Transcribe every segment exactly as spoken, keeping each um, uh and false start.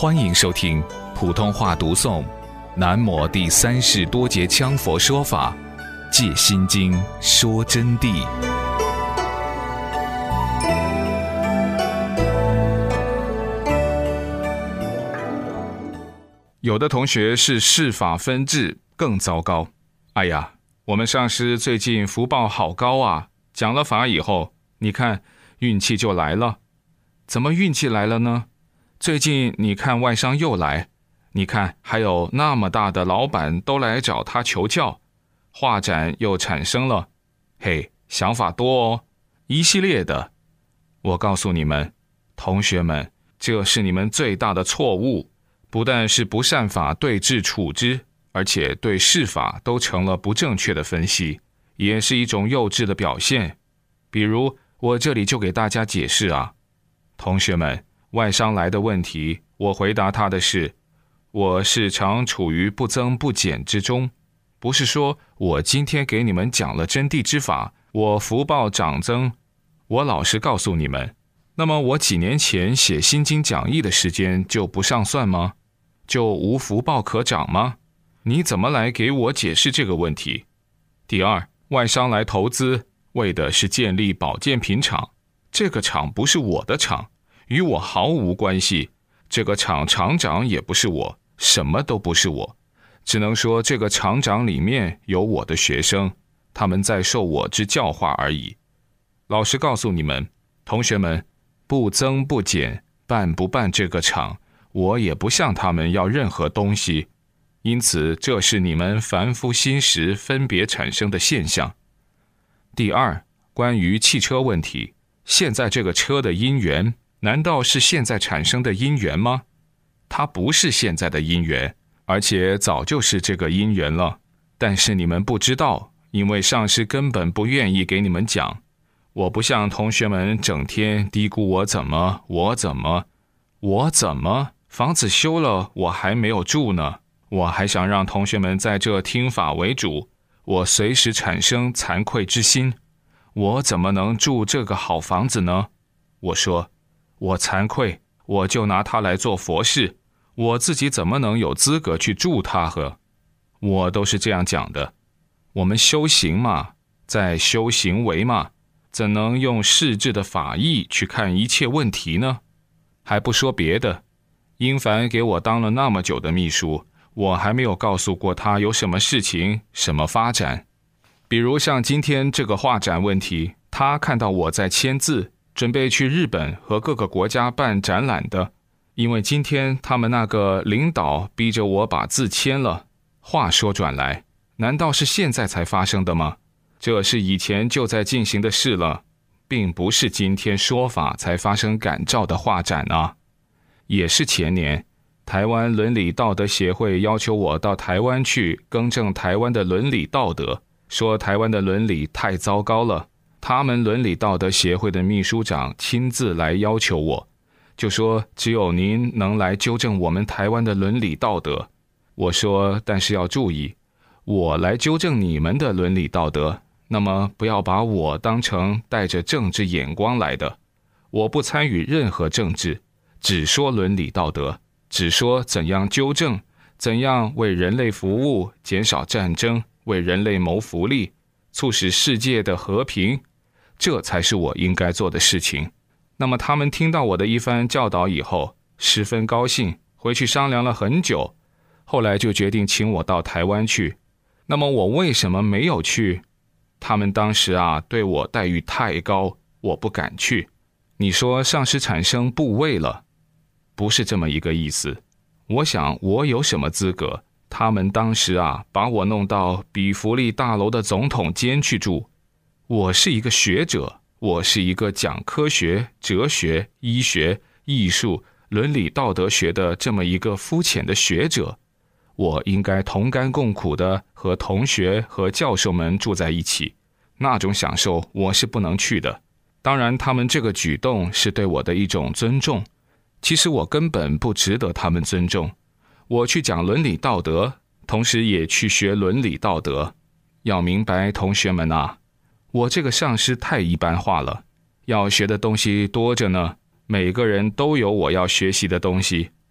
欢迎收听普通话读诵南摩第三世多杰羌佛说法借心经说真谛。有的同学是事法分治，更糟糕。哎呀，我们上师最近福报好高啊，讲了法以后，你看运气就来了。怎么运气来了呢？最近你看外商又来，你看还有那么大的老板都来找他求教，画展又产生了，嘿，想法多哦，一系列的。我告诉你们，同学们，这是你们最大的错误，不但是不善法对治处之，而且对事法都成了不正确的分析，也是一种幼稚的表现。比如我这里就给大家解释啊，同学们，外商来的问题，我回答他的是，我是常处于不增不减之中，不是说我今天给你们讲了真谛之法，我福报长增。我老实告诉你们，那么我几年前写心经讲义的时间就不上算吗？就无福报可长吗？你怎么来给我解释这个问题？第二，外商来投资，为的是建立保健品厂，这个厂不是我的厂，与我毫无关系，这个厂厂长也不是我，什么都不是我，只能说这个厂长里面有我的学生，他们在受我之教化而已。老实告诉你们，同学们，不增不减，办不办这个厂，我也不向他们要任何东西，因此这是你们凡夫心识分别产生的现象。第二，关于汽车问题，现在这个车的因缘难道是现在产生的因缘吗？它不是现在的因缘，而且早就是这个因缘了，但是你们不知道，因为上师根本不愿意给你们讲。我不像同学们整天嘀咕我怎么我怎么我怎么房子修了我还没有住呢，我还想让同学们在这听法为主，我随时产生惭愧之心，我怎么能住这个好房子呢？我说我惭愧，我就拿它来做佛事，我自己怎么能有资格去住它呵？我都是这样讲的。我们修行嘛，在修行为嘛，怎能用世智的法义去看一切问题呢？还不说别的，英凡给我当了那么久的秘书，我还没有告诉过他有什么事情什么发展。比如像今天这个画展问题，他看到我在签字，准备去日本和各个国家办展览的，因为今天他们那个领导逼着我把字签了。话说转来，难道是现在才发生的吗？这是以前就在进行的事了，并不是今天说法才发生感召的画展啊。也是前年，台湾伦理道德协会要求我到台湾去更正台湾的伦理道德，说台湾的伦理太糟糕了，他们伦理道德协会的秘书长亲自来要求我，就说只有您能来纠正我们台湾的伦理道德。我说但是要注意，我来纠正你们的伦理道德，那么不要把我当成带着政治眼光来的，我不参与任何政治，只说伦理道德，只说怎样纠正，怎样为人类服务，减少战争，为人类谋福利，促使世界的和平，这才是我应该做的事情。那么他们听到我的一番教导以后，十分高兴，回去商量了很久，后来就决定请我到台湾去。那么我为什么没有去？他们当时啊，对我待遇太高，我不敢去。你说上师产生部位了，不是这么一个意思。我想我有什么资格？他们当时啊，把我弄到比弗利大楼的总统监去住。我是一个学者，我是一个讲科学、哲学、医学、艺术、伦理道德学的这么一个肤浅的学者，我应该同甘共苦的和同学和教授们住在一起，那种享受我是不能去的。当然他们这个举动是对我的一种尊重，其实我根本不值得他们尊重。我去讲伦理道德，同时也去学伦理道德。要明白同学们啊，我这个上师太一般化了，要学的东西多着呢，每个人都有我要学习的东西。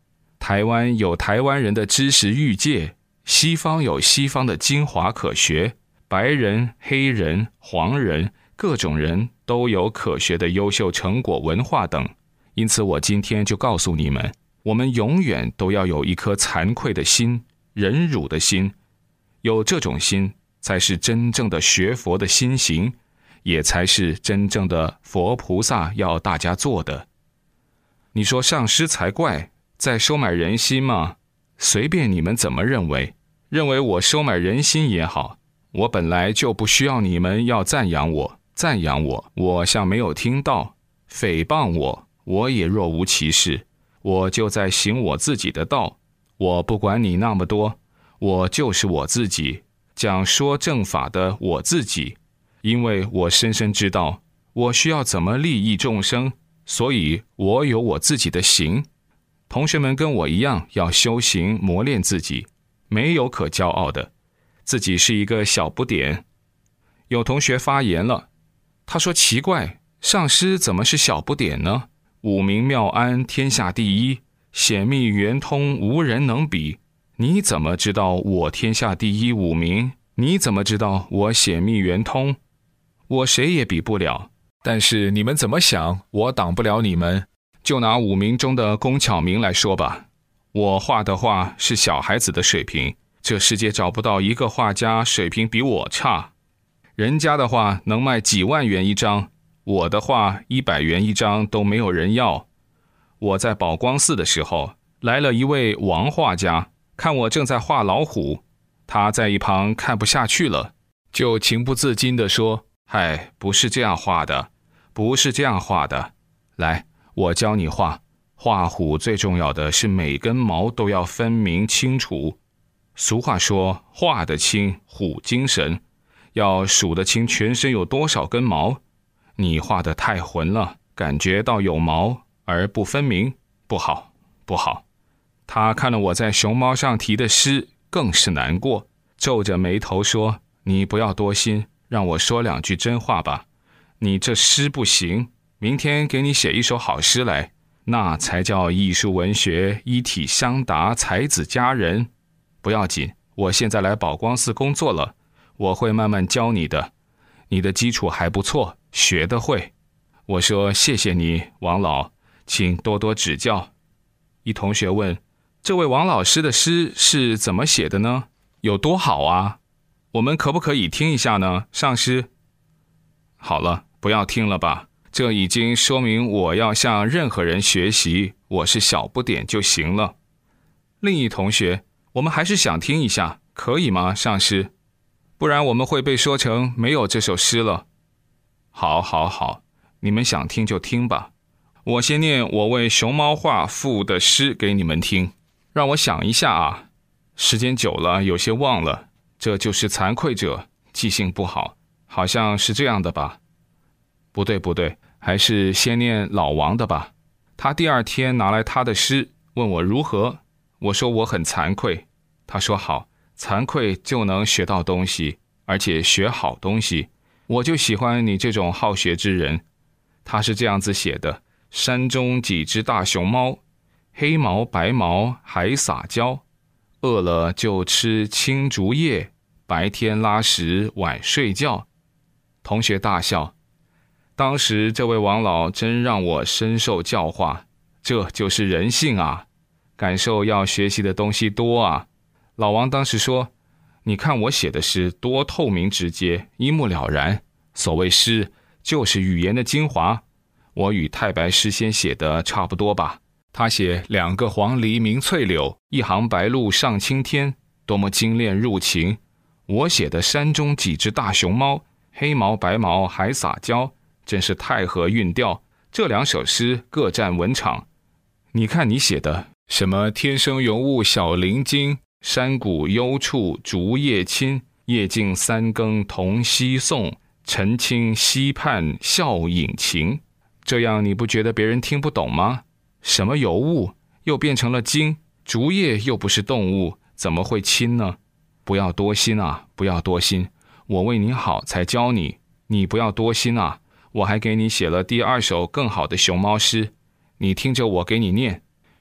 台湾有台湾人的知识欲界，西方有西方的精华可学，白人、黑人、黄人，各种人都有可学的优秀成果文化等。因此我今天就告诉你们，我们永远都要有一颗惭愧的心，忍辱的心，有这种心才是真正的学佛的心行，也才是真正的佛菩萨要大家做的。你说上师才怪，在收买人心吗？随便你们怎么认为，认为我收买人心也好，我本来就不需要你们要赞扬我，赞扬我，我像没有听到；诽谤我，我也若无其事，我就在行我自己的道。我不管你那么多，我就是我自己，讲说正法的我自己，因为我深深知道我需要怎么利益众生，所以我有我自己的行。同学们跟我一样要修行磨练自己，没有可骄傲的，自己是一个小不点。有同学发言了，他说奇怪，上师怎么是小不点呢？五明妙安天下第一，显密圆通无人能比。你怎么知道我天下第一五明？你怎么知道我显密圆通？我谁也比不了，但是你们怎么想，我挡不了你们。就拿五明中的龚巧明来说吧，我画的画是小孩子的水平，这世界找不到一个画家水平比我差。人家的画能卖几万元一张，我的画一百元一张都没有人要。我在宝光寺的时候，来了一位王画家，看我正在画老虎，他在一旁看不下去了，就情不自禁地说：嗨，不是这样画的，不是这样画的，来，我教你画。画虎最重要的是每根毛都要分明清楚。俗话说，画得清虎精神，要数得清全身有多少根毛。你画得太浑了，感觉到有毛而不分明，不好，不好。他看了我在熊猫上题的诗，更是难过，皱着眉头说：你不要多心，让我说两句真话吧。你这诗不行，明天给你写一首好诗来，那才叫艺术文学一体相达，才子佳人。不要紧，我现在来宝光寺工作了，我会慢慢教你的，你的基础还不错，学得会。我说谢谢你，王老，请多多指教。一同学问，这位王老师的诗是怎么写的呢？有多好啊？我们可不可以听一下呢，上师？好了，不要听了吧，这已经说明我要向任何人学习，我是小不点就行了。另一同学，我们还是想听一下，可以吗，上师？不然我们会被说成没有这首诗了。好好好，你们想听就听吧。我先念我为熊猫画赋的诗给你们听，让我想一下啊，时间久了有些忘了，这就是惭愧者，记性不好，好像是这样的吧？不对不对，还是先念老王的吧。他第二天拿来他的诗，问我如何，我说我很惭愧。他说好，惭愧就能学到东西，而且学好东西，我就喜欢你这种好学之人。他是这样子写的：山中几只大熊猫，黑毛白毛还撒娇，饿了就吃青竹叶，白天拉屎晚睡觉。同学大笑。当时这位王老真让我深受教化，这就是人性啊，感受要学习的东西多啊。老王当时说，你看我写的诗多透明直接，一目了然，所谓诗就是语言的精华。我与太白诗仙写的差不多吧，他写两个黄鹂鸣翠柳，一行白鹭上青天，多么精炼入情。我写的山中几只大熊猫，黑毛白毛还撒娇，真是太合韵调。这两首诗各占文场。你看你写的什么天生云雾小林经，山谷幽处竹叶青，夜静三更同西颂，晨清溪畔笑引晴。这样你不觉得别人听不懂吗？什么尤物又变成了经，竹叶又不是动物，怎么会亲呢？不要多心啊，不要多心，我为你好才教你，你不要多心啊，我还给你写了第二首更好的熊猫诗，你听着我给你念。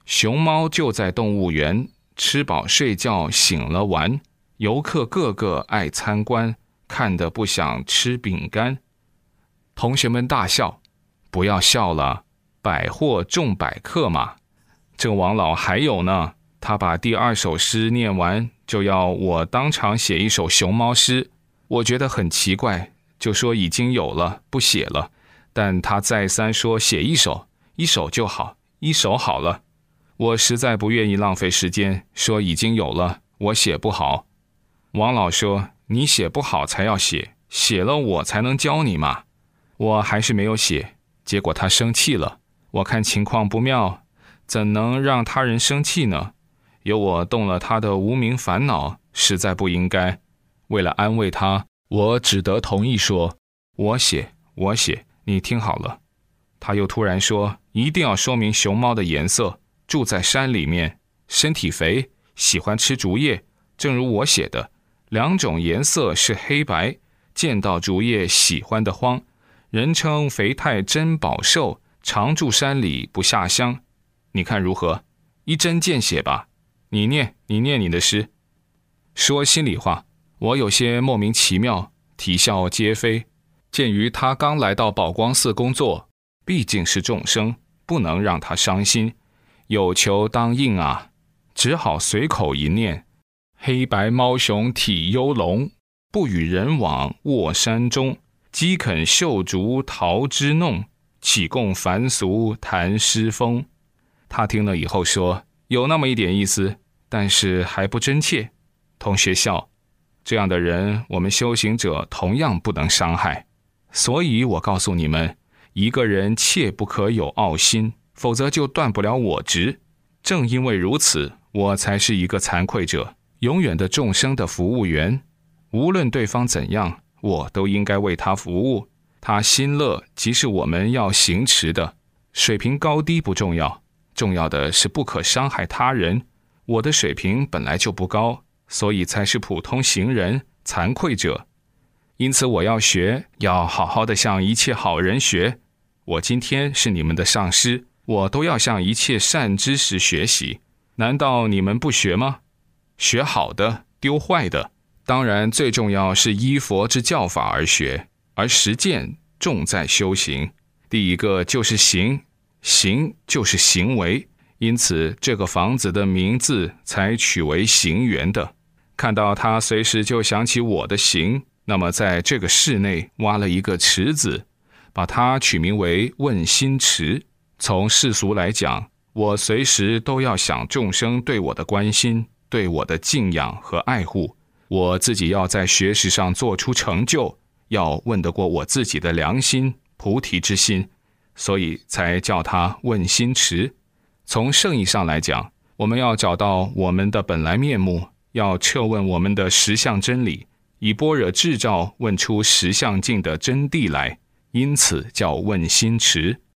熊猫就在动物园，吃饱睡觉醒了玩，游客个个爱参观，看得不想吃饼干。同学们大笑，不要笑了，百货中百客嘛。这王老还有呢，他把第二首诗念完，就要我当场写一首熊猫诗。我觉得很奇怪，就说已经有了，不写了。但他再三说写一首，一首就好，一首好了。我实在不愿意浪费时间，说已经有了，我写不好。王老说，你写不好才要写，写了我才能教你嘛。我还是没有写，结果他生气了。我看情况不妙，怎能让他人生气呢？有我动了他的无名烦恼，实在不应该。为了安慰他，我只得同意说，我写，我写，你听好了。他又突然说，一定要说明熊猫的颜色，住在山里面，身体肥，喜欢吃竹叶，正如我写的，两种颜色是黑白，见到竹叶喜欢的慌，人称肥态珍宝兽，常住山里不下乡。你看如何？一针见血吧。你念，你念你的诗。说心里话，我有些莫名其妙，啼笑皆非。鉴于他刚来到宝光寺工作，毕竟是众生，不能让他伤心，有求当应啊，只好随口一念：黑白猫熊体幽龙，不与人往卧山中，饥肯嗅竹桃枝弄，岂共凡俗谈诗风。他听了以后说，有那么一点意思，但是还不真切。同学笑，这样的人我们修行者同样不能伤害。所以我告诉你们，一个人切不可有傲心，否则就断不了我执。正因为如此，我才是一个惭愧者，永远的众生的服务员。无论对方怎样，我都应该为他服务。他心乐即是我们要行持的，水平高低不重要，重要的是不可伤害他人。我的水平本来就不高，所以才是普通行人，惭愧者。因此我要学，要好好的向一切好人学。我今天是你们的上师，我都要向一切善知识学习。难道你们不学吗？学好的，丢坏的。当然最重要是依佛之教法而学，而实践重在修行。第一个就是行，行就是行为，因此这个房子的名字才取为行园的。看到他随时就想起我的行，那么在这个室内挖了一个池子，把它取名为问心池。从世俗来讲，我随时都要想众生对我的关心，对我的敬仰和爱护。我自己要在学识上做出成就，要问得过我自己的良心、菩提之心，所以才叫它问心池。从圣义上来讲，我们要找到我们的本来面目，要彻问我们的实相真理，以般若智照问出实相境的真谛来，因此叫问心池。